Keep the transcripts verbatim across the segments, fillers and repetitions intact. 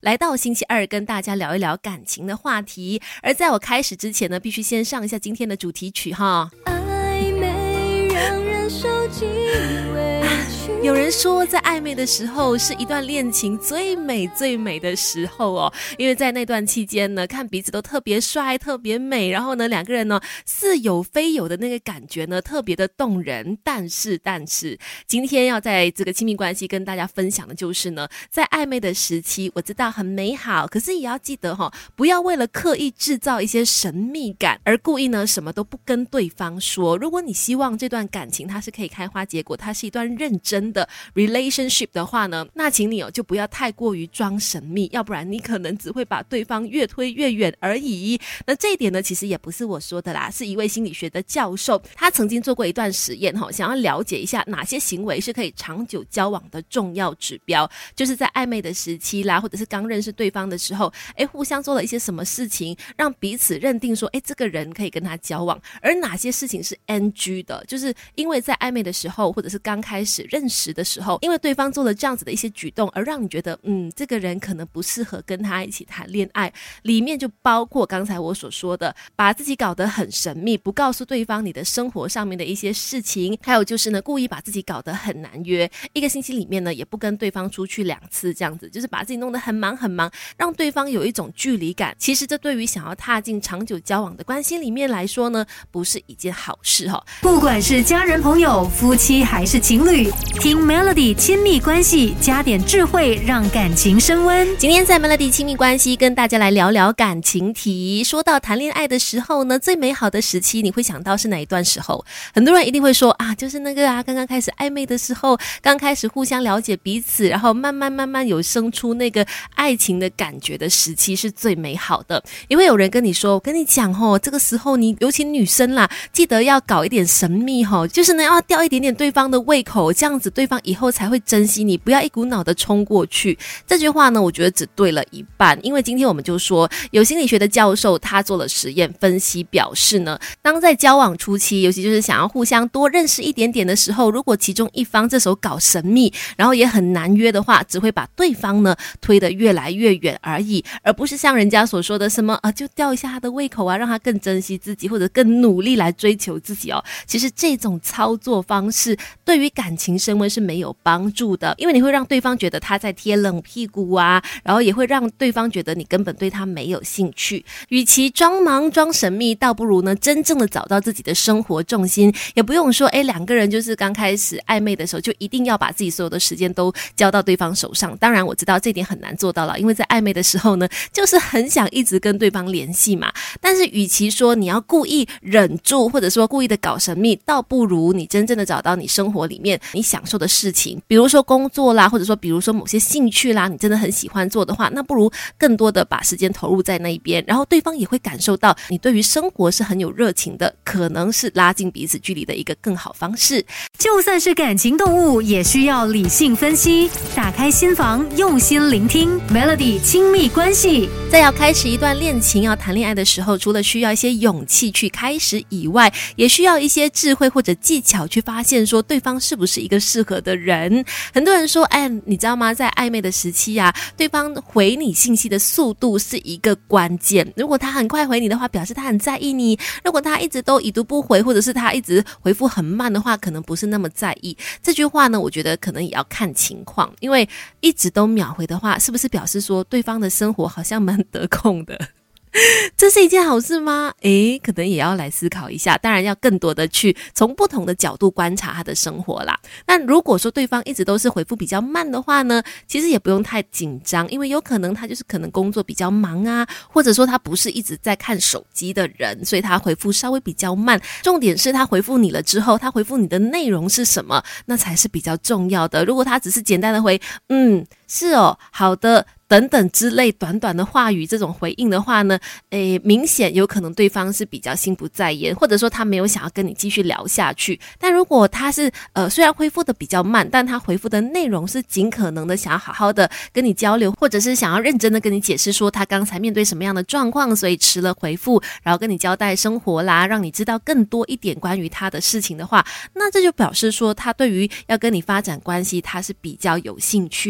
来到星期二跟大家聊一聊感情的话题。而在我开始之前呢，必须先上一下今天的主题曲哈。 暧昧让人受尽委屈， 有人说在暧昧的时候是一段恋情最美最美的时候哦，因为在那段期间呢，看彼此都特别帅特别美，然后呢两个人呢似有非有的那个感觉呢特别的动人。但是但是今天要在这个亲密关系跟大家分享的就是呢，在暧昧的时期我知道很美好，可是也要记得哦，不要为了刻意制造一些神秘感而故意呢什么都不跟对方说。如果你希望这段感情它是可以开花结果，它是一段认真的 relationship 的话呢，那请你哦就不要太过于装神秘，要不然你可能只会把对方越推越远而已。那这一点呢其实也不是我说的啦，是一位心理学的教授，他曾经做过一段实验，想要了解一下哪些行为是可以长久交往的重要指标，就是在暧昧的时期啦，或者是刚认识对方的时候，诶互相做了一些什么事情让彼此认定说诶这个人可以跟他交往，而哪些事情是 N G 的，就是因为在暧昧的时候或者是刚开始认识的时候，因为对方做了这样子的一些举动而让你觉得嗯这个人可能不适合跟他一起谈恋爱，里面就包括刚才我所说的把自己搞得很神秘，不告诉对方你的生活上面的一些事情，还有就是呢故意把自己搞得很难约，一个星期里面呢也不跟对方出去两次，这样子就是把自己弄得很忙很忙，让对方有一种距离感。其实这对于想要踏进长久交往的关系里面来说呢，不是一件好事哦。 不管是家人朋友夫妻还是情侣，听 Melody 亲密关系，加点智慧让感情升温。 今天在 Melody 亲密关系跟大家来聊聊感情题。说到谈恋爱的时候呢，最美好的时期你会想到是哪一段时候？很多人一定会说啊，就是那个啊刚刚开始暧昧的时候，刚开始互相了解彼此，然后慢慢慢慢有生出那个爱情的感觉的时期是最美好的。也会有人跟你说，我跟你讲哦，这个时候你尤其女生啦，记得要搞一点神秘哦，就是呢要吊一点点对方的胃口，这样子对方以后才会珍惜你，不要一股脑的冲过去。这句话呢我觉得只对了一半，因为今天我们就说有心理学的教授他做了实验分析表示呢，当在交往初期，尤其就是想要互相多认识一点点的时候，如果其中一方这时候搞神秘，然后也很难约的话，只会把对方呢推得越来越远而已，而不是像人家所说的什么啊，就吊一下他的胃口啊，让他更珍惜自己或者更努力来追求自己哦。其实这种操作方式对于感情升温是没有帮助的，因为你会让对方觉得他在贴冷屁股啊，然后也会让对方觉得你根本对他没有兴趣。与其装忙装神秘，倒不如呢真正的找到自己的生活重心，也不用说诶两个人就是刚开始暧昧的时候就一定要把自己所有的时间都交到对方手上。当然我知道这点很难做到了，因为在暧昧的时候呢就是很想一直跟对方联系嘛。但是与其说你要故意忍住或者说故意的搞神秘，倒不如你真正的找到你生活里面你享受的事情，比如说工作啦，或者说比如说某些兴趣啦，你真的很喜欢做的话，那不如更多的把时间投入在那一边，然后对方也会感受到你对于生活是很有热情的，可能是拉近彼此距离的一个更好方式。 就算是感情动物也需要理性分析，打开心房用心聆听 Melody 亲密关系。 在要开始一段恋情要谈恋爱的时候，除了需要一些勇气去开始以外，也需要一些智慧或者技巧去发现说对方是不是一个适合的人。很多人说哎，你知道吗，在暧昧的时期啊，对方回你信息的速度是一个关键，如果他很快回你的话，表示他很在意你，如果他一直都已读不回，或者是他一直回复很慢的话，可能不是那么在意。这句话呢我觉得可能也要看情况，因为一直都秒回的话，是不是表示说对方的生活好像蛮得空的？这是一件好事吗？诶，可能也要来思考一下，当然要更多的去从不同的角度观察他的生活啦。那如果说对方一直都是回复比较慢的话呢，其实也不用太紧张，因为有可能他就是可能工作比较忙啊，或者说他不是一直在看手机的人，所以他回复稍微比较慢。重点是他回复你了之后，他回复你的内容是什么，那才是比较重要的。如果他只是简单的回嗯是哦好的等等之类短短的话语，这种回应的话呢，诶，明显有可能对方是比较心不在焉，或者说他没有想要跟你继续聊下去。但如果他是呃虽然回复的比较慢，但他回复的内容是尽可能的想要好好的跟你交流，或者是想要认真的跟你解释说他刚才面对什么样的状况，所以迟了回复，然后跟你交代生活啦，让你知道更多一点关于他的事情的话，那这就表示说他对于要跟你发展关系他是比较有兴趣的。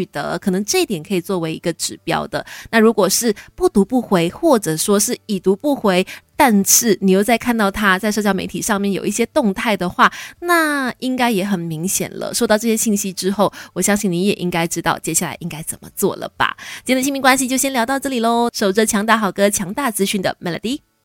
可能这一点可以作为一个指标的。那如果是不读不回，或者说是已读不回，但是你又在看到他在社交媒体上面有一些动态的话，那应该也很明显了。收到这些信息之后，我相信你也应该知道接下来应该怎么做了吧。今天的亲密关系就先聊到这里咯，守着强大好歌强大资讯的 Melody。